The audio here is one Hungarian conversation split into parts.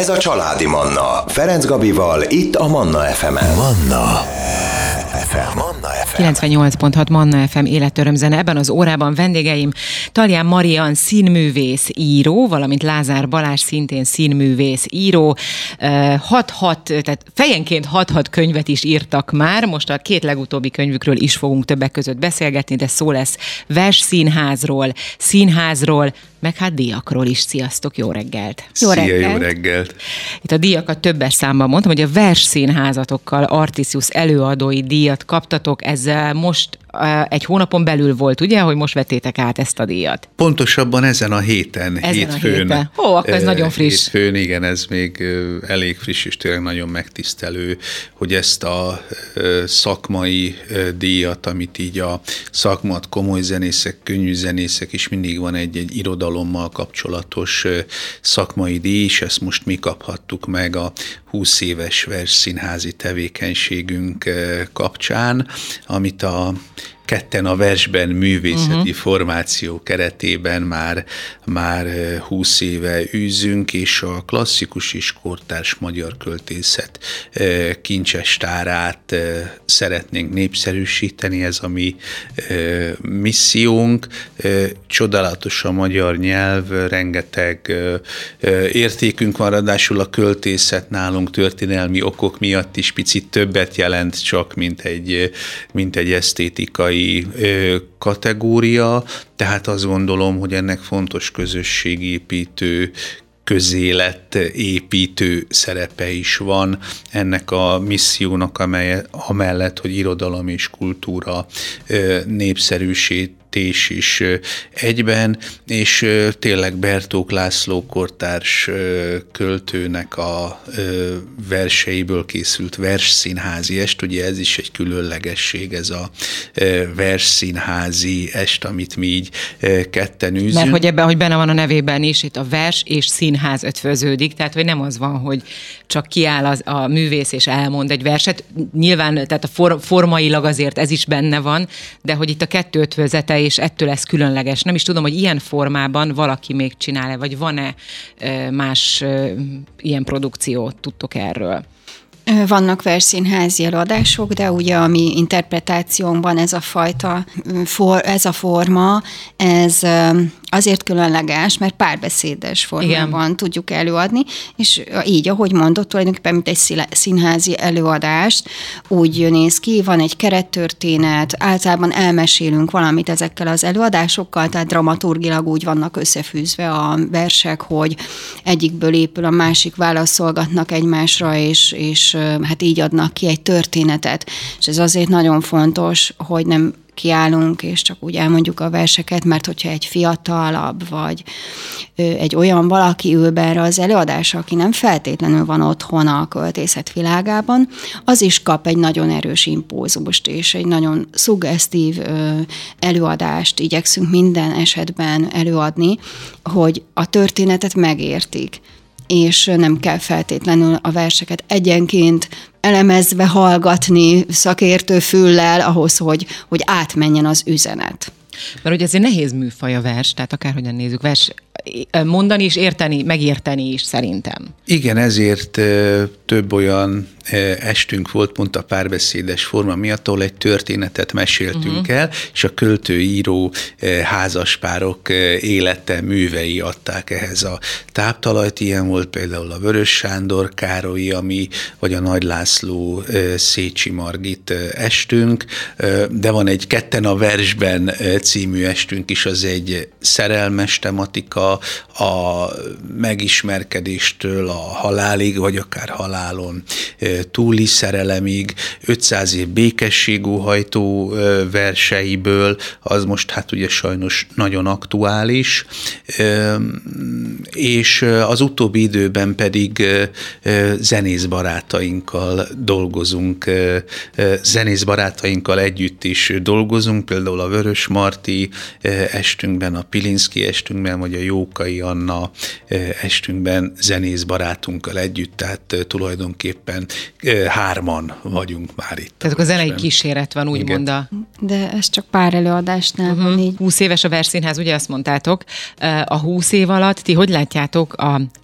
Ez a Családi Manna. Ferenc Gabival, itt a Manna FM-en. Manna FM. 98.6 Manna FM életörömzene. Ebben az órában vendégeim Talján Marian színművész író, valamint Lázár Balázs szintén színművész író. 6 tehát fejenként 6 könyvet is írtak már. Most a 2 legutóbbi könyvükről is fogunk többek között beszélgetni, de szó lesz színházról, meg hát díjakról is. Sziasztok, jó reggelt! Jó reggelt! Itt a díjakat többes számban mondtam, hogy a versszínházatokkal Artisius előadói díjat kaptatok. Ez most egy hónapon belül volt, ugye, hogy most vettétek át ezt a díjat? Pontosabban ezen a héten, hétfőn. Akkor ez nagyon friss. Hétfőn, igen, ez még elég friss, és tényleg nagyon megtisztelő, hogy ezt a szakmai díjat, amit így a szakmat, komoly zenészek, könnyű zenészek, és mindig van egy irodalommal kapcsolatos szakmai díj, és ezt most mi kaphattuk meg a 20 éves versszínházi tevékenységünk kapcsán, amit ketten a versben művészeti formáció keretében már 20 éve űzünk, és a klasszikus és kortárs magyar költészet kincsestárát szeretnénk népszerűsíteni, ez a mi missziónk. Csodálatos a magyar nyelv, rengeteg értékünk van, ráadásul a költészet nálunk történelmi okok miatt is picit többet jelent csak, mint egy esztétikai kategória, tehát azt gondolom, hogy ennek fontos közösségépítő, közéletépítő szerepe is van ennek a missziónak, amellett, hogy irodalom és kultúra népszerűsít is egyben, és tényleg Bertók László kortárs költőnek a verseiből készült versszínházi est, ugye ez is egy különlegesség, ez a versszínházi est, amit mi így ketten űzünk. Mert hogy ebben, hogy benne van a nevében is, itt a vers és színház ötvöződik, tehát hogy nem az van, hogy csak kiáll a művész és elmond egy verset. Nyilván, tehát a formailag azért ez is benne van, de hogy itt a kettő ötvözete, és ettől ez különleges. Nem is tudom, hogy ilyen formában valaki még csinál-e, vagy van-e más ilyen produkció, tudtok erről? Vannak versszínházi előadások, de ugye a mi interpretációnkban ez a forma, ez azért különleges, mert párbeszédes formában tudjuk előadni, és így, ahogy mondott, tulajdonképpen mint egy színházi előadást úgy néz ki, van egy kerettörténet, általában elmesélünk valamit ezekkel az előadásokkal, tehát dramaturgilag úgy vannak összefűzve a versek, hogy egyikből épül, a másik válaszolgatnak egymásra, és hát így adnak ki egy történetet. És ez azért nagyon fontos, hogy nem kiállunk, és csak úgy elmondjuk a verseket, mert hogyha egy fiatalabb, vagy egy olyan valaki ül be erre az előadásra, aki nem feltétlenül van otthon a költészet világában, az is kap egy nagyon erős impulzust, és egy nagyon szuggesztív előadást igyekszünk minden esetben előadni, hogy a történetet megértik, és nem kell feltétlenül a verseket egyenként elemezve hallgatni szakértő füllel ahhoz, hogy átmenjen az üzenet. Mert ugye azért nehéz műfaj a vers, tehát akárhogyan nézzük, vers mondani is, érteni, megérteni is szerintem. Igen, ezért több olyan estünk volt, pont a párbeszédes forma miatt, ahol egy történetet meséltünk el, és a költő-író házaspárok élete, művei adták ehhez a táptalajt. Ilyen volt például a Vörös Sándor Károlyi, vagy a Nagy László Szécsi Margit estünk, de van egy Ketten a versben című estünk is, az egy szerelmes tematika, a megismerkedéstől a halálig, vagy akár halálon túli szerelemig, 500 év békességóhajtó verseiből, az most hát ugye sajnos nagyon aktuális, és az utóbbi időben pedig zenészbarátainkkal dolgozunk, zenészbarátainkkal együtt is dolgozunk, például a Vörös Marti estünkben, a Pilinszky estünkben, vagy a Jókai Anna estünkben zenészbarátunkkal együtt, tehát tulajdonképpen 3 vagyunk már itt. Tehát akkor zenei kíséret van, úgymond. De ez csak pár előadásnál van így. 20 éves a Versszínház, ugye azt mondtátok. A 20 év alatt ti hogy látjátok a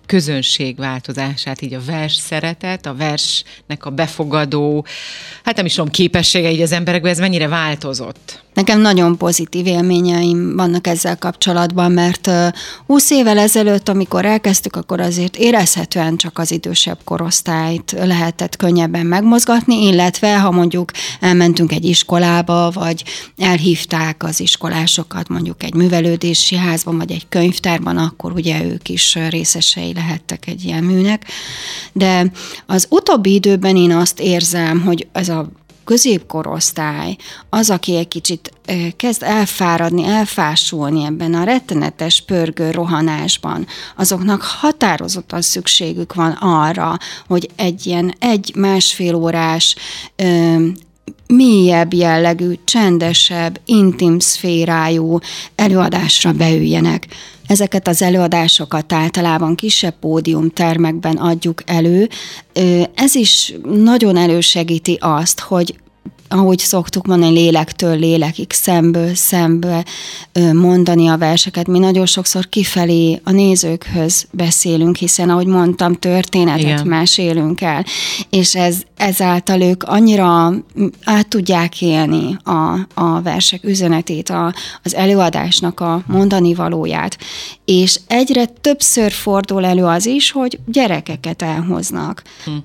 közönség változását, így a vers szeretet, a versnek a befogadó, hát nem is tudom, képessége így az emberekben, ez mennyire változott? Nekem nagyon pozitív élményeim vannak ezzel kapcsolatban, mert 20 évvel ezelőtt, amikor elkezdtük, akkor azért érezhetően csak az idősebb korosztályt lehetett könnyebben megmozgatni, illetve ha mondjuk elmentünk egy iskolába, vagy elhívták az iskolásokat mondjuk egy művelődési házban, vagy egy könyvtárban, akkor ugye ők is részesei lehettek egy ilyen műnek. De az utóbbi időben én azt érzem, hogy ez a középkorosztály az, aki egy kicsit kezd elfáradni, elfásulni ebben a rettenetes pörgő rohanásban, azoknak határozottan szükségük van arra, hogy egy ilyen 1-1,5 órás mélyebb jellegű, csendesebb, intim szférájú előadásra beüljenek. Ezeket az előadásokat általában kisebb pódiumtermekben adjuk elő. Ez is nagyon elősegíti azt, hogy ahogy szoktuk mondani, lélektől lélekig, szemből szembe mondani a verseket. Mi nagyon sokszor kifelé a nézőkhöz beszélünk, hiszen, ahogy mondtam, történetet mesélünk el, és ezáltal ők annyira át tudják élni a versek üzenetét, az előadásnak a mondani valóját. És egyre többször fordul elő az is, hogy gyerekeket elhoznak.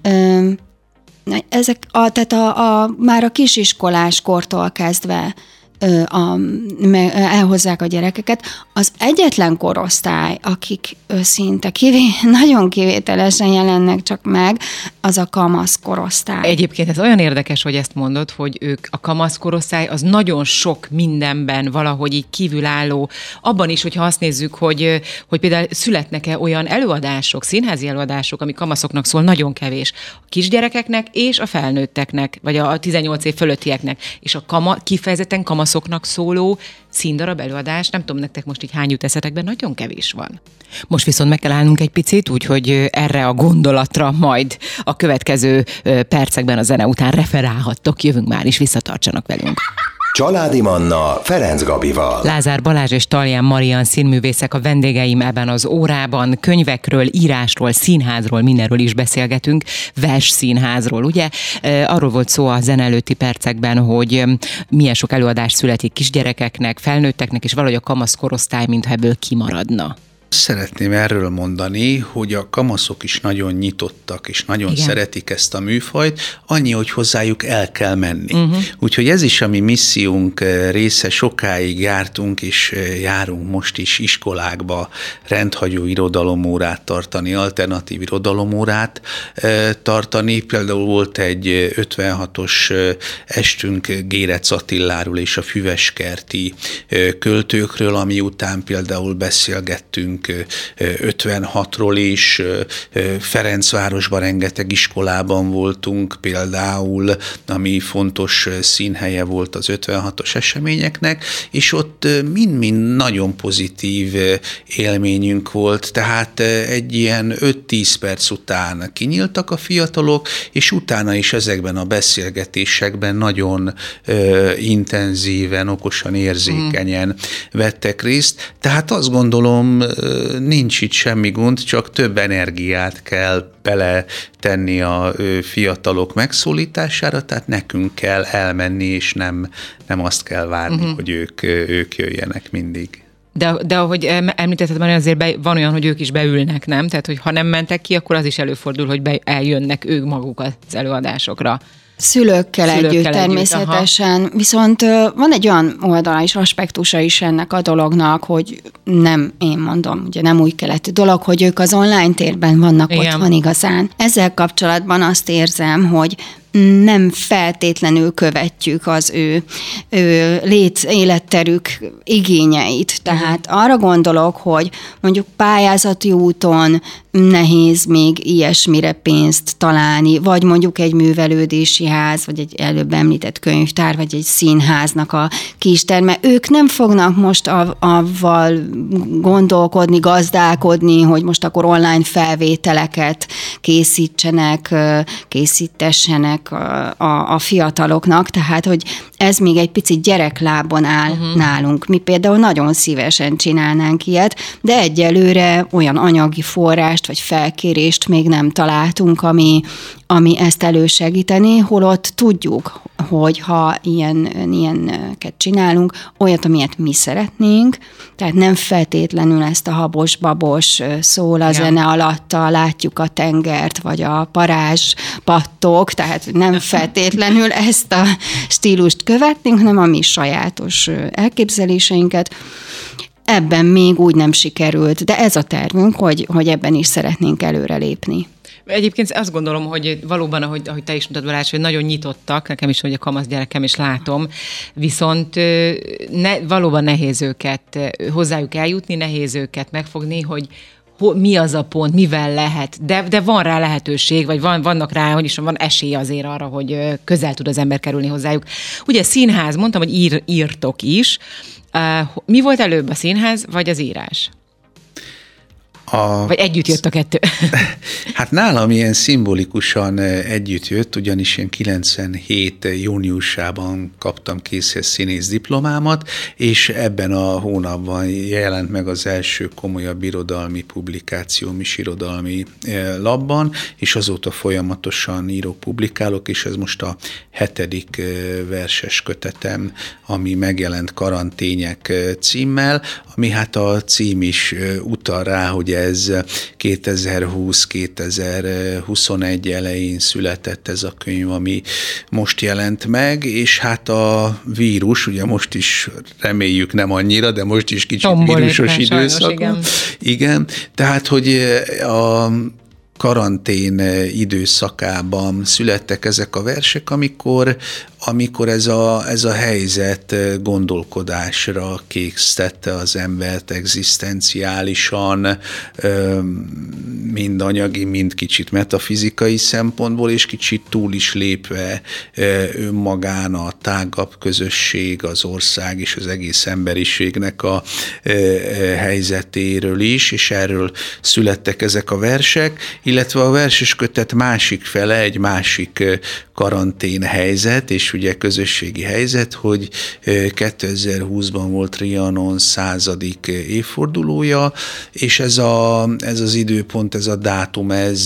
Ezek már a kisiskolás kortól kezdve elhozzák a gyerekeket. Az egyetlen korosztály, akik szinte nagyon kivételesen jelennek csak meg, az a kamasz korosztály. Egyébként ez olyan érdekes, hogy ezt mondod, hogy ők a kamasz korosztály az nagyon sok mindenben valahogy így kívülálló. Abban is, hogyha azt nézzük, hogy például születnek-e olyan előadások, színházi előadások, ami kamaszoknak szól, nagyon kevés. A kisgyerekeknek és a felnőtteknek, vagy a 18 év fölöttieknek. És a kifejezetten kamaszoknak szóló színdarab előadás, nem tudom nektek most így hány jut eszetekben, nagyon kevés van. Most viszont meg kell állnunk egy picit, úgyhogy erre a gondolatra majd a következő percekben a zene után referálhattok, jövünk már is, visszatartsanak velünk. Családi Manna Ferenc Gabival. Lázár Balázs és Talján Marian színművészek a vendégeim ebben az órában. Könyvekről, írásról, színházról, mindenről is beszélgetünk, versszínházról, ugye? Arról volt szó a zene előtti percekben, hogy milyen sok előadás születik kisgyerekeknek, felnőtteknek, és valahogy a kamasz korosztály, mintha ebből kimaradna. Szeretném erről mondani, hogy a kamaszok is nagyon nyitottak, és nagyon szeretik ezt a műfajt, annyi, hogy hozzájuk el kell menni. Úgyhogy ez is a mi missziunk része, sokáig jártunk, és járunk most is iskolákba rendhagyó irodalomórát tartani, alternatív irodalomórát tartani. Például volt egy 56-os estünk Gérec Attiláról és a füveskerti költőkről, ami után például beszélgettünk 56-ról is, Ferencvárosban rengeteg iskolában voltunk például, ami fontos színhelye volt az 56-os eseményeknek, és ott mind-mind nagyon pozitív élményünk volt, tehát egy ilyen 5-10 perc után kinyíltak a fiatalok, és utána is ezekben a beszélgetésekben nagyon intenzíven, okosan, érzékenyen vettek részt. Tehát azt gondolom, nincs itt semmi gond, csak több energiát kell beletenni a fiatalok megszólítására, tehát nekünk kell elmenni, és nem azt kell várni, hogy ők jöjjenek mindig. De ahogy említetted már, azért van olyan, hogy ők is beülnek, nem? Tehát, hogy ha nem mentek ki, akkor az is előfordul, hogy eljönnek ők maguk az előadásokra. Szülőkkel együtt természetesen, viszont van egy olyan oldala és aspektusa is ennek a dolognak, hogy nem, én mondom, ugye nem új keletű dolog, hogy ők az online térben vannak otthon igazán. Ezzel kapcsolatban azt érzem, hogy nem feltétlenül követjük az ő életterük igényeit. Tehát arra gondolok, hogy mondjuk pályázati úton nehéz még ilyesmire pénzt találni, vagy mondjuk egy művelődési ház, vagy egy előbb említett könyvtár, vagy egy színháznak a kisterme. Ők nem fognak most avval gondolkodni, gazdálkodni, hogy most akkor online felvételeket készítessenek a fiataloknak, tehát hogy ez még egy picit gyereklábon áll nálunk. Mi például nagyon szívesen csinálnánk ilyet, de egyelőre olyan anyagi forrást vagy felkérést még nem találtunk, ami ezt elősegíteni, holott tudjuk, hogy ha ilyeneket csinálunk, olyat, amilyet mi szeretnénk, tehát nem feltétlenül ezt a habos-babos szól a zene alatta, látjuk a tengert, vagy a parázs pattog, tehát nem feltétlenül ezt a stílust követnénk, hanem a mi sajátos elképzeléseinket. Ebben még úgy nem sikerült, de ez a tervünk, hogy ebben is szeretnénk előrelépni. Egyébként azt gondolom, hogy valóban, ahogy te is mutatod, Balázs, hogy nagyon nyitottak, nekem is, hogy a kamasz gyerekem is látom, viszont valóban nehéz őket hozzájuk eljutni, nehéz őket megfogni, hogy mi az a pont, mivel lehet, de van rá lehetőség, vagy vannak rá, hogy is van esély azért arra, hogy közel tud az ember kerülni hozzájuk. Ugye színház, mondtam, hogy írtok is. Mi volt előbb, a színház, vagy az írás? Vagy együtt jött a kettő? Hát nálam ilyen szimbolikusan együtt jött, ugyanis én 97. júniusában kaptam készhez színész diplomámat, és ebben a hónapban jelent meg az első komolyabb irodalmi publikációm is irodalmi labban, és azóta folyamatosan írok, publikálok, és ez most a 7. verses kötetem, ami megjelent Karantények címmel, ami hát a cím is utal rá, hogy ez 2020-2021 elején született ez a könyv, ami most jelent meg, és hát a vírus, ugye most is reméljük nem annyira, de most is kicsit vírusos időszak. Igen, tehát hogy a karantén időszakában születtek ezek a versek, amikor ez a helyzet gondolkodásra késztette az embert egzisztenciálisan, mind anyagi, mind kicsit metafizikai szempontból, és kicsit túl is lépve önmagán a tágabb közösség, az ország és az egész emberiségnek a helyzetéről is, és erről születtek ezek a versek, illetve a verseskötet másik fele, egy másik karantén helyzet, és ugye közösségi helyzet, hogy 2020-ban volt Trianon 100. évfordulója, és ez az időpont, ez a dátum,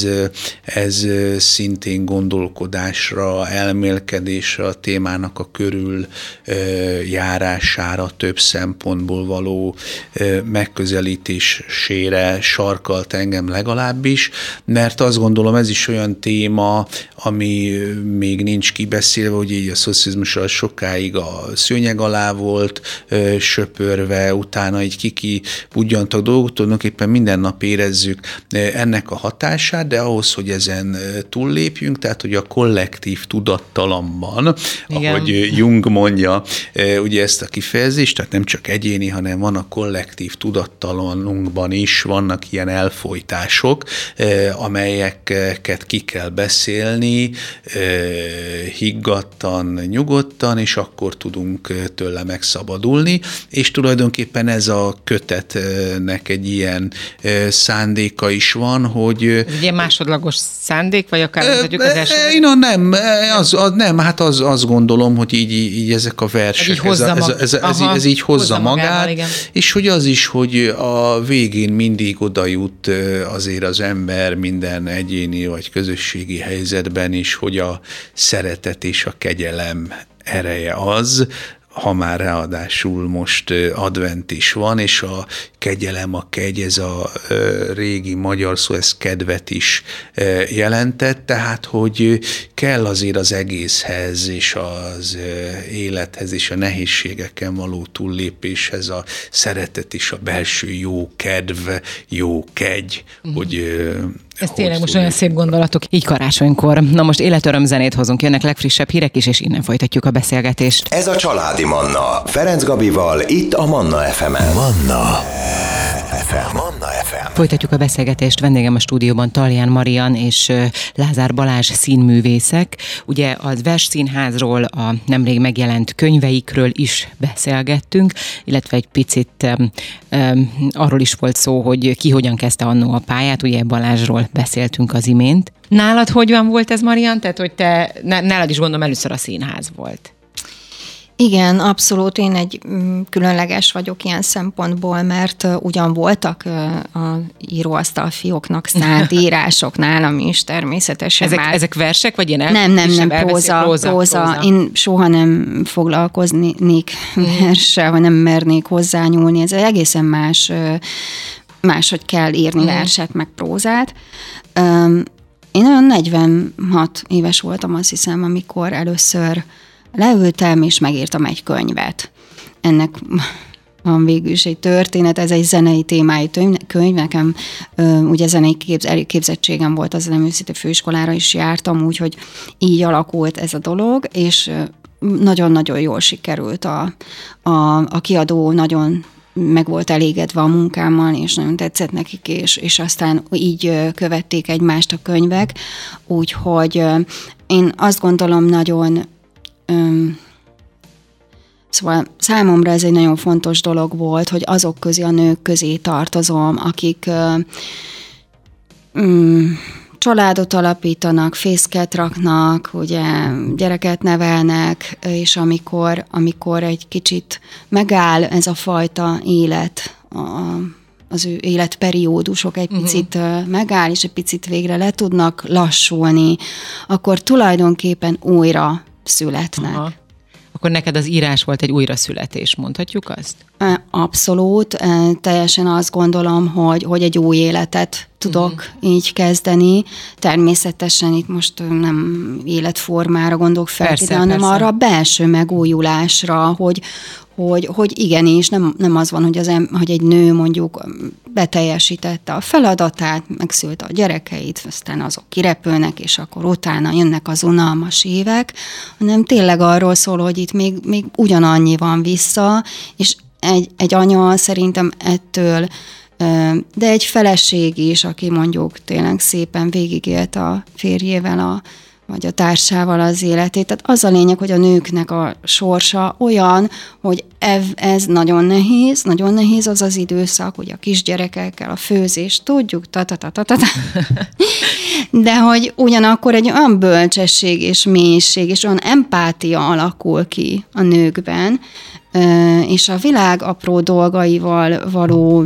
ez szintén gondolkodásra, elmélkedésre, a témának a körül járására, több szempontból való megközelítésére sarkalt engem legalábbis, mert azt gondolom, ez is olyan téma, ami még nincs kibeszélve, hogy így a szocializmusra sokáig a szőnyeg alá volt söpörve, utána így kiki budjantak dolgok, tulajdonképpen minden nap érezzük ennek a hatását, de ahhoz, hogy ezen túllépjünk, tehát hogy a kollektív tudattalamban, igen, ahogy Jung mondja ugye ezt a kifejezést, tehát nem csak egyéni, hanem van a kollektív tudattalamunkban is, vannak ilyen elfojtások, amelyeket ki kell beszélni, higgadtan, nyugodtan, és akkor tudunk tőle megszabadulni, és tulajdonképpen ez a kötetnek egy ilyen szándéka is van, hogy... Ez ilyen másodlagos szándék, vagy akár mondhatjuk az első? Nem, hát azt gondolom, hogy így ezek a versek, ez így hozza magát, és hogy az is, hogy a végén mindig oda jut azért az ember minden egyéni vagy közösségi helyzetben is, hogy a szeretet és a kegyelem ereje az, ha már ráadásul most advent is van, és a kegyelem, a kegy, ez a régi magyar szó, ez kedvet is jelentett, tehát hogy kell azért az egészhez, és az élethez, és a nehézségeken való túllépéshez a szeretet és a belső jó kedv, jó kegy, hogy... Ez tényleg most olyan szép gondolatok, így karácsonykor. Na most életöröm zenét hozunk, jönnek legfrissebb hírek is, és innen folytatjuk a beszélgetést. Ez a Családi Manna, Ferenc Gabival, itt a Manna FM-en. Manna FM. Folytatjuk a beszélgetést, vendégem a stúdióban Talján Marian és Lázár Balázs színművészek. Ugye az Versszínházról, a nemrég megjelent könyveikről is beszélgettünk, illetve egy picit arról is volt szó, hogy ki hogyan kezdte annó a pályát, ugye Balázsról beszéltünk az imént. Nálad hogyan volt ez, Marian? Tehát, hogy nálad is gondolom először a színház volt. Igen, abszolút. Én egy különleges vagyok ilyen szempontból, mert ugyan voltak a íróasztalfióknak szánt írások nálam is természetesen. Ezek versek, vagy ilyen Nem, próza. Én soha nem foglalkoznék verssel, vagy nem mernék hozzányúlni. Ez egészen máshogy kell írni verset, meg prózát. Én olyan 46 éves voltam, azt hiszem, amikor először leültem, és megírtam egy könyvet. Ennek van végül is egy történet, ez egy zenei témájú könyv. Nekem ugye zenei képzettségem volt, az Zeneművészeti Főiskolára is jártam, úgyhogy így alakult ez a dolog, és nagyon-nagyon jól sikerült a kiadó, nagyon meg volt elégedve a munkámmal, és nagyon tetszett nekik, és aztán így követték egymást a könyvek, úgyhogy én azt gondolom nagyon szóval számomra ez egy nagyon fontos dolog volt, hogy azok közé, a nők közé tartozom, akik családot alapítanak, fészket raknak, ugye gyereket nevelnek, és amikor egy kicsit megáll ez a fajta élet, az ő életperiódusok egy picit megáll, és egy picit végre le tudnak lassulni, akkor tulajdonképpen újra születnek. Aha. Akkor neked az írás volt egy újraszületés, mondhatjuk azt? Abszolút. Teljesen azt gondolom, hogy egy új életet tudok így kezdeni. Természetesen itt most nem életformára gondolok feltétlenül, hanem arra a belső megújulásra, hogy igenis, nem az van, hogy egy nő mondjuk beteljesítette a feladatát, megszülte a gyerekeit, aztán azok kirepülnek, és akkor utána jönnek az unalmas évek, hanem tényleg arról szól, hogy itt még ugyanannyi van vissza, és egy anya szerintem ettől, de egy feleség is, aki mondjuk tényleg szépen végigélt a férjével, vagy a társával az életét. Tehát az a lényeg, hogy a nőknek a sorsa olyan, hogy ez nagyon nehéz az az időszak, hogy a kisgyerekekkel, a főzés, tudjuk, de hogy ugyanakkor egy olyan bölcsesség és mélység, és olyan empátia alakul ki a nőkben, és a világ apró dolgaival való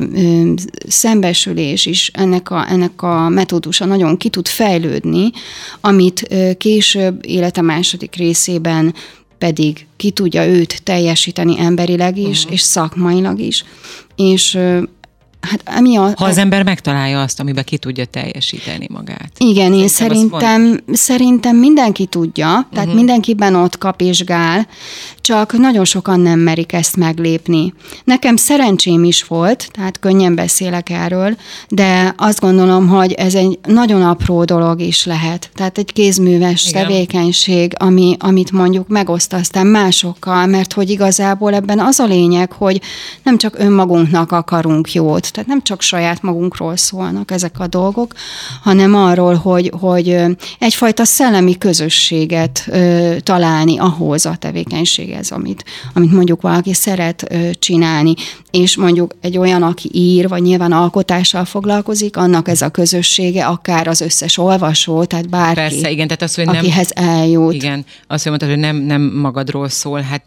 szembesülés is ennek a metódusa nagyon ki tud fejlődni, amit később élete második részében pedig ki tudja őt teljesíteni emberileg is, és szakmailag is. És hát ha az ember megtalálja azt, amiben ki tudja teljesíteni magát. Igen, én szerintem mindenki tudja, tehát mindenkiben ott kapizsgál, csak nagyon sokan nem merik ezt meglépni. Nekem szerencsém is volt, tehát könnyen beszélek erről, de azt gondolom, hogy ez egy nagyon apró dolog is lehet. Tehát egy kézműves tevékenység, amit mondjuk megoszt aztán másokkal, mert hogy igazából ebben az a lényeg, hogy nem csak önmagunknak akarunk jót, tehát nem csak saját magunkról szólnak ezek a dolgok, hanem arról, hogy egyfajta szellemi közösséget találni ahhoz a tevékenységhez, amit mondjuk valaki szeret csinálni, és mondjuk egy olyan, aki ír, vagy nyilván alkotással foglalkozik, annak ez a közössége, akár az összes olvasó, tehát bárki, persze, igen, tehát az, hogy akihez eljut. Igen, azt mondtad, hogy nem magadról szól, hát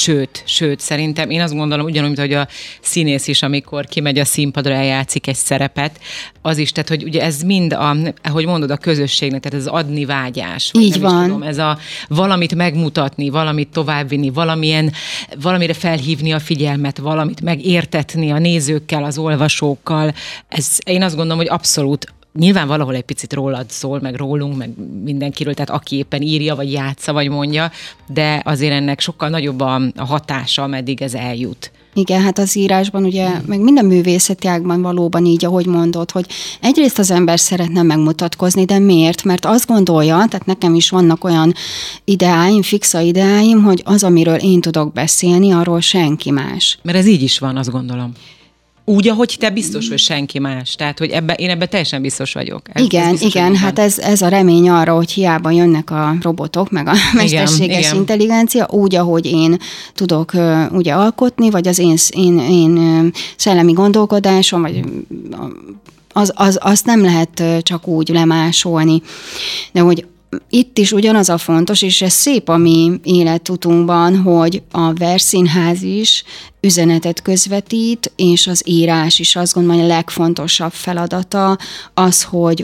sőt, szerintem én azt gondolom, ugyanúgy, mint hogy a színész is, amikor kimegy a színpadra, eljátszik egy szerepet, az is, tehát, hogy ugye ez mind ahogy mondod, a közösségnek, tehát ez az adni vágyás. Így van. Tudom, ez valamit megmutatni, valamit továbbvinni, valamire felhívni a figyelmet, valamit megértetni a nézőkkel, az olvasókkal. Én azt gondolom, hogy abszolút nyilván valahol egy picit rólad szól, meg rólunk, meg mindenkiről, tehát aki éppen írja, vagy játsza, vagy mondja, de azért ennek sokkal nagyobb a hatása, ameddig ez eljut. Igen, hát az írásban ugye, meg minden művészeti ágban valóban így, ahogy mondod, hogy egyrészt az ember szeretne megmutatkozni, de miért? Mert azt gondolja, tehát nekem is vannak olyan ideáim, fixa ideáim, hogy az, amiről én tudok beszélni, arról senki más. Mert ez így is van, azt gondolom. Úgy, ahogy te biztos, hogy senki más. Tehát, hogy én ebben teljesen biztos vagyok. Igen, hát ez a remény arra, hogy hiába jönnek a robotok, meg a mesterséges intelligencia, úgy, ahogy én tudok ugye alkotni, vagy az én szellemi gondolkodásom, vagy azt nem lehet csak úgy lemásolni. De hogy itt is ugyanaz a fontos, és ez szép a mi életutunkban, hogy a Versszínház is üzenetet közvetít, és az írás is azt gondolom, hogy a legfontosabb feladata az, hogy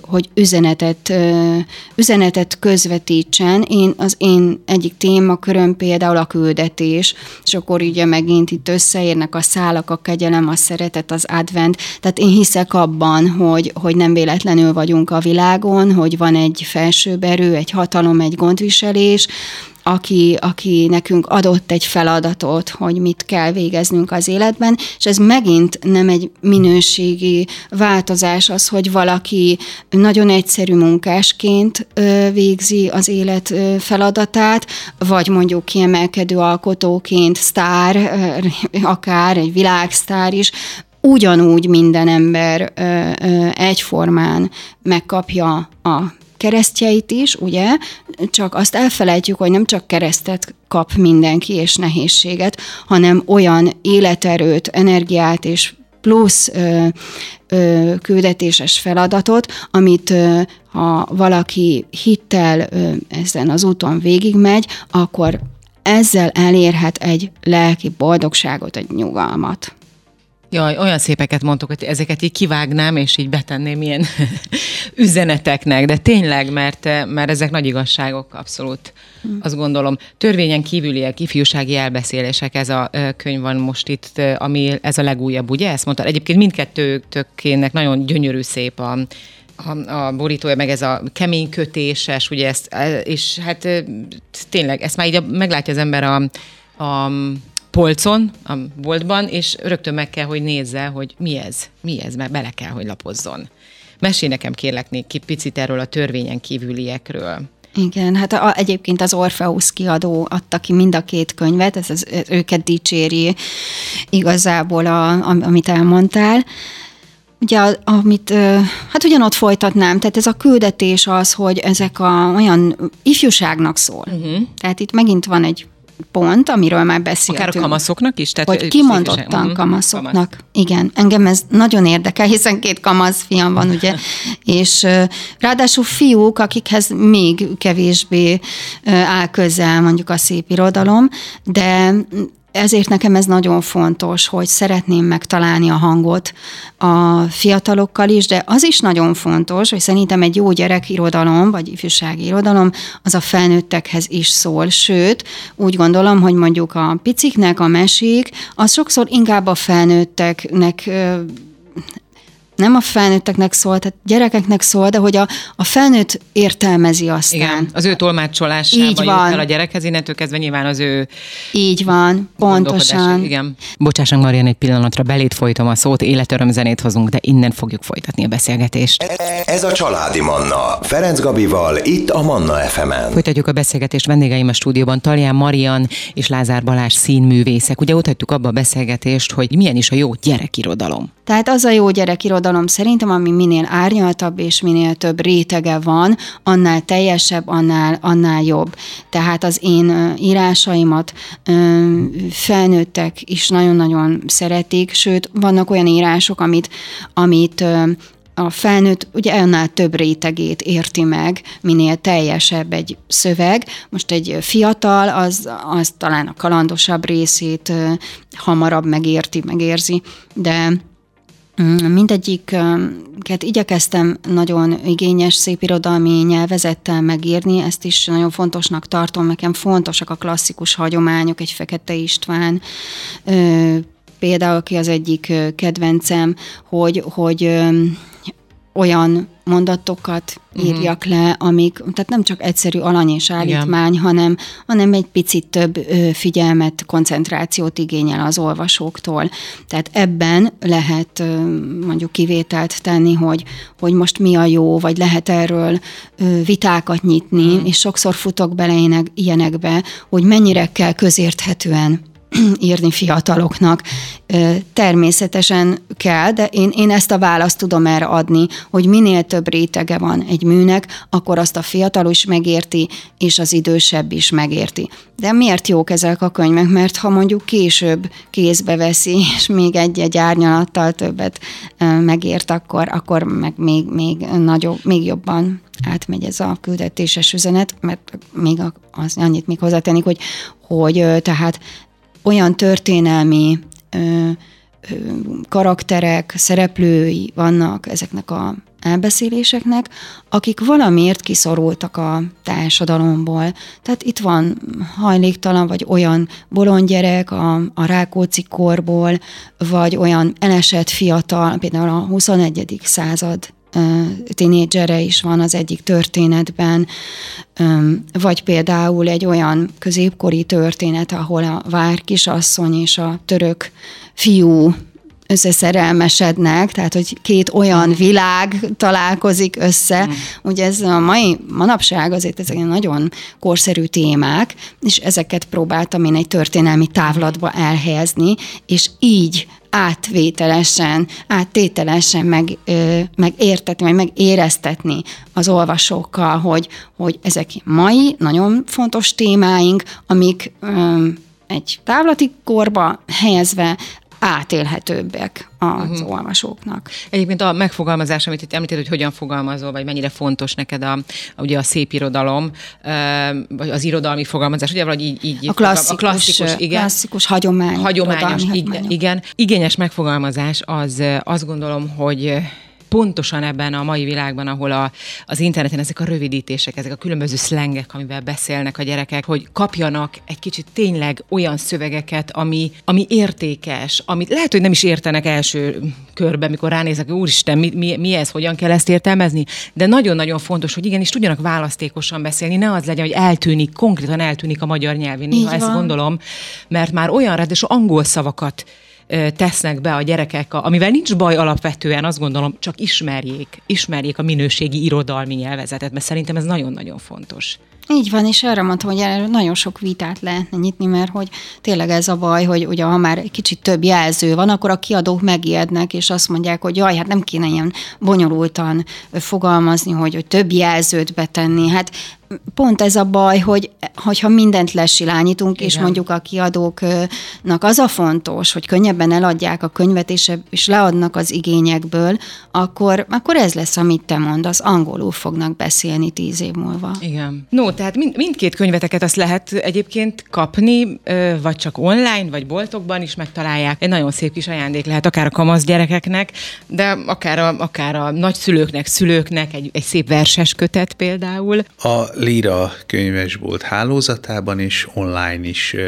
üzenetet közvetítsen. Az én egyik témaköröm például a küldetés, és akkor ugye megint itt összeérnek a szálak, a kegyelem, a szeretet, az advent. Tehát én hiszek abban, hogy nem véletlenül vagyunk a világon, hogy van egy felsőbb erő, egy hatalom, egy gondviselés, aki nekünk adott egy feladatot, hogy mit kell végeznünk az életben, és ez megint nem egy minőségi változás az, hogy valaki nagyon egyszerű munkásként végzi az élet feladatát, vagy mondjuk kiemelkedő alkotóként sztár, akár egy világsztár is, ugyanúgy minden ember egyformán megkapja a keresztjeit is, ugye, csak azt elfelejtjük, hogy nem csak keresztet kap mindenki és nehézséget, hanem olyan életerőt, energiát és plusz küldetéses feladatot, amit ha valaki hittel ezen az úton végigmegy, akkor ezzel elérhet egy lelki boldogságot, egy nyugalmat. Jaj, olyan szépeket mondtok, hogy ezeket így kivágnám, és így betenném ilyen üzeneteknek, de tényleg, mert ezek nagy igazságok, abszolút. Azt gondolom, törvényen kívüliek, ifjúsági elbeszélések, ez a könyv van most itt, ami ez a legújabb, ugye? Ezt mondtad. Egyébként mindkettőtökének nagyon gyönyörű szép a borítója, meg ez a kemény kötéses, ugye ezt, és hát tényleg, ezt már így meglátja az ember a polcon, a boltban, és rögtön meg kell, hogy nézze, hogy mi ez, mert bele kell, hogy lapozzon. Mesélj nekem kérlek egy picit erről a törvényen kívüliekről. Igen, hát egyébként az Orpheus kiadó adta ki mind a két könyvet, ez őket dicséri igazából, amit elmondtál. Ugye, amit, hát ugyanott folytatnám, tehát ez a küldetés az, hogy ezek olyan ifjúságnak szól. Tehát itt megint van egy pont, amiről már beszéltünk. Akár a kamaszoknak is? Tehát hogy kimondottan kamaszoknak. Kamasz. Igen, engem ez nagyon érdekel, hiszen 2 kamasz fiam van, ugye, és ráadásul fiúk, akikhez még kevésbé áll közel mondjuk a szép irodalom, de ezért nekem ez nagyon fontos, hogy szeretném megtalálni a hangot a fiatalokkal is, de az is nagyon fontos, hogy szerintem egy jó gyerekirodalom, vagy ifjúsági irodalom, az a felnőttekhez is szól. Sőt, úgy gondolom, hogy mondjuk a piciknek a mesék, az sokszor inkább a felnőtteknek nem a felnőtteknek szól, tehát gyerekeknek szól, de hogy a felnőtt értelmezi aztán. Igen, az ő tolmácsolásában jut el a gyerekhez, innentől kezdve nyilván az ő... Így van, pontosan. Igen. Bocsássanak, Marian, egy pillanatra belét folytom a szót, életörömzenét hozunk, de innen fogjuk folytatni a beszélgetést. Ez a Családi Manna, Ferenc Gabival, itt a Manna FM-en. Folytatjuk a beszélgetést, vendégeim a stúdióban Talján Marian és Lázár Balázs színművészek. Ugye ott hagytuk abba a beszélgetést, hogy milyen is a jó gyerekirodalom. Tehát az a jó gyerekirodalom szerintem, ami minél árnyaltabb és minél több rétege van, annál teljesebb, annál jobb. Tehát az én írásaimat felnőttek is nagyon-nagyon szeretik, sőt, vannak olyan írások, amit a felnőtt ugye annál több rétegét érti meg, minél teljesebb egy szöveg. Most egy fiatal, az talán a kalandosabb részét hamarabb megérzi, de mindegyiket igyekeztem nagyon igényes, szépirodalmi nyelvezettel megírni, ezt is nagyon fontosnak tartom, nekem fontosak a klasszikus hagyományok, egy Fekete István, például aki az egyik kedvencem, hogy olyan mondatokat írjak le, amik, tehát nem csak egyszerű alany és állítmány, hanem egy picit több figyelmet, koncentrációt igényel az olvasóktól. Tehát ebben lehet mondjuk kivételt tenni, hogy most mi a jó, vagy lehet erről vitákat nyitni, és sokszor futok bele ilyenekbe, hogy mennyire kell közérthetően írni fiataloknak. Természetesen kell, de én ezt a választ tudom erre adni, hogy minél több rétege van egy műnek, akkor azt a fiatal is megérti, és az idősebb is megérti. De miért jók ezek a könyvek? Mert ha mondjuk később kézbe veszi, és még egy árnyalattal többet megért, akkor meg még jobban átmegy ez a küldetéses üzenet, mert még annyit még hozzátennék, hogy tehát olyan történelmi karakterek, szereplői vannak ezeknek a elbeszéléseknek, akik valamiért kiszorultak a társadalomból. Tehát itt van hajléktalan, vagy olyan bolond gyerek a Rákóczi korból, vagy olyan elesett fiatal, például a 21. század tínédzsere is van az egyik történetben, vagy például egy olyan középkori történet, ahol a vár kisasszony és a török fiú összeszerelmesednek, tehát hogy két olyan világ találkozik össze. Ugye ez a manapság azért ezek nagyon korszerű témák, és ezeket próbáltam én egy történelmi távlatba elhelyezni, és így áttételesen megértetni, vagy megéreztetni az olvasókkal, hogy ezek mai nagyon fontos témáink, amik egy távlati korba helyezve átélhetőbbek az olvasóknak. Egyébként a megfogalmazás, amit itt említed, hogy hogyan fogalmazol, vagy mennyire fontos neked ugye a szép irodalom, vagy az irodalmi fogalmazás, ugye valahogy így a klasszikus, hagyományos igen. Igényes megfogalmazás, az azt gondolom, hogy pontosan ebben a mai világban, ahol az interneten ezek a rövidítések, ezek a különböző szlengek, amivel beszélnek a gyerekek, hogy kapjanak egy kicsit tényleg olyan szövegeket, ami értékes, amit lehet, hogy nem is értenek első körben, mikor ránézek, úristen, mi ez, hogyan kell ezt értelmezni, de nagyon-nagyon fontos, hogy igenis tudjanak választékosan beszélni, ne az legyen, hogy konkrétan eltűnik a magyar nyelvén. Néha ezt gondolom, mert már olyan ráadásul angol szavakat tesznek be a gyerekek, amivel nincs baj alapvetően, azt gondolom, csak ismerjék a minőségi irodalmi nyelvezetet, mert szerintem ez nagyon-nagyon fontos. Így van, és erre mondtam, hogy erről nagyon sok vitát lehetne nyitni, mert hogy tényleg ez a baj, hogy ugye ha már egy kicsit több jelző van, akkor a kiadók megijednek, és azt mondják, hogy jaj, hát nem kéne ilyen bonyolultan fogalmazni, hogy több jelzőt betenni. Hát pont ez a baj, hogyha mindent lesilányítunk, igen, és mondjuk a kiadóknak az a fontos, hogy könnyebben eladják a könyvet, és leadnak az igényekből, akkor ez lesz, amit te mondasz, angolul fognak beszélni 10 év múlva. Igen. No, tehát mindkét könyveteket azt lehet egyébként kapni, vagy csak online, vagy boltokban is megtalálják. Egy nagyon szép kis ajándék lehet akár a kamasz gyerekeknek, de akár a nagyszülőknek, szülőknek egy szép verses kötet például. A Líra könyvesbolt hálózatában és online is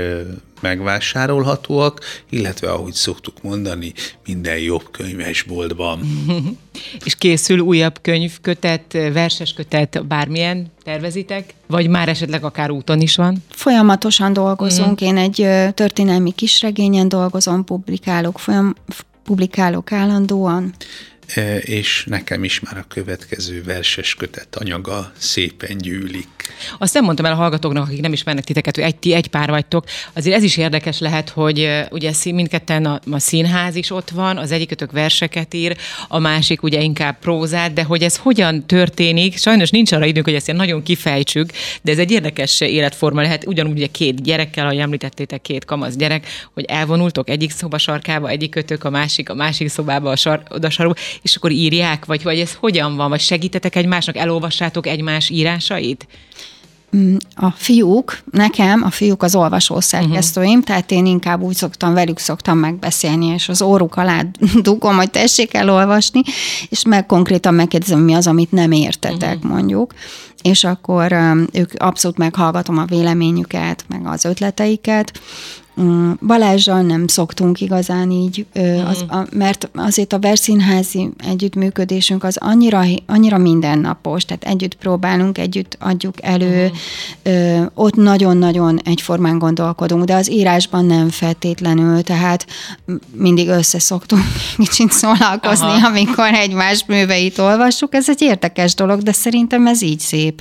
megvásárolhatóak, illetve ahogy szoktuk mondani, minden jobb könyvesboltban. És készül újabb könyvkötet, verses kötet, bármilyen tervezitek? Vagy már esetleg akár úton is van? Folyamatosan dolgozunk. Én egy történelmi kisregényen dolgozom, publikálok állandóan. És nekem is már a következő verses kötet anyaga szépen gyűlik. Azt nem mondtam el a hallgatóknak, akik nem ismernek titeket, hogy ti egy pár vagytok. Azért ez is érdekes lehet, hogy ugye mindketten a színház is ott van, az egyikötök verseket ír, a másik ugye inkább prózát, de hogy ez hogyan történik, sajnos nincs arra időnk, hogy ezt nagyon kifejtsük, de ez egy érdekes életforma lehet, ugyanúgy ugye 2 gyerekkel, ahogy említettétek, 2 kamasz gyerek, hogy elvonultok egyik szoba sarkába, egyikkötök a másik szobába oda sarul, és akkor írják, vagy ez hogyan van, vagy segítetek egymásnak, elolvassátok egymás írásait? A fiúk az olvasószerkesztőim, tehát én inkább velük szoktam megbeszélni, és az óruk alá dugom, hogy tessék elolvasni, és konkrétan megkérdezem, mi az, amit nem értetek, mondjuk. És akkor ők abszolút meghallgatom a véleményüket, meg az ötleteiket. Balázsral nem szoktunk igazán így, mert azért a versszínházi együttműködésünk az annyira mindennapos, tehát együtt próbálunk, együtt adjuk elő, ott nagyon-nagyon egyformán gondolkodunk, de az írásban nem feltétlenül, tehát mindig összeszoktunk kicsit szólalkozni, amikor egymás műveit olvassuk. Ez egy érdekes dolog, de szerintem ez így szép.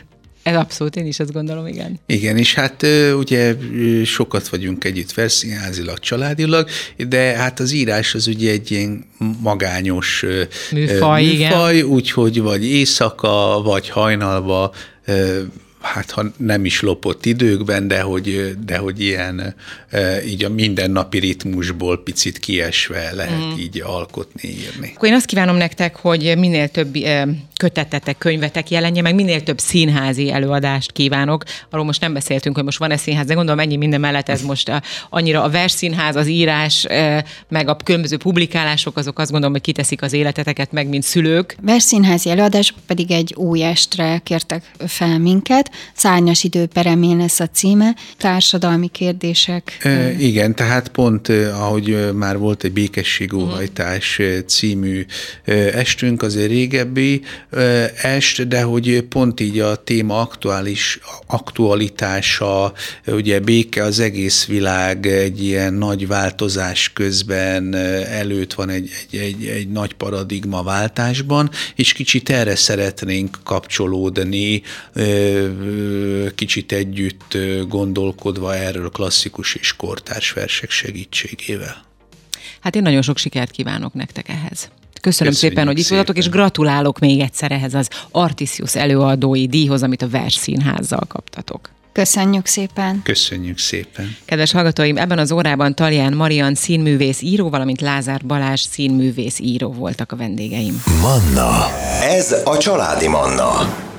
Ez abszolút, én is azt gondolom, igen. Igen, és hát ugye sokat vagyunk együtt versszínházilag, családilag, de hát az írás az ugye egy ilyen magányos műfaj, úgyhogy vagy éjszaka, vagy hajnalba, hát ha nem is lopott időkben, de hogy ilyen így a mindennapi ritmusból picit kiesve lehet így alkotni, írni. Akkor én azt kívánom nektek, hogy minél több kötetetek, könyvetek jelenje, meg minél több színházi előadást kívánok. Arról most nem beszéltünk, hogy most van-e színház, de gondolom ennyi minden mellett ez most annyira a versszínház, az írás, meg a különböző publikálások, azok azt gondolom, hogy kiteszik az életeteket meg, mint szülők. Versszínházi előadások pedig egy új estre kértek fel minket. Szárnyas időperemén lesz a címe, társadalmi kérdések. Igen, tehát pont, ahogy már volt egy békességóhajtás című estünk, azért régebbi est, de hogy pont így a téma aktualitása, ugye béke az egész világ egy ilyen nagy változás közben előtt van egy nagy paradigmaváltásban, és kicsit erre szeretnénk kapcsolódni, kicsit együtt gondolkodva erről klasszikus és kortárs versek segítségével. Hát én nagyon sok sikert kívánok nektek ehhez. Köszönöm szépen, hogy itt voltatok, és gratulálok még egyszer ehhez az Artisius előadói díjhoz, amit a Versszínházzal kaptatok. Köszönjük szépen! Köszönjük szépen! Kedves hallgatóim, ebben az órában Talján Marian színművész író, valamint Lázár Balázs színművész író voltak a vendégeim. Manna. Ez a Családi Manna.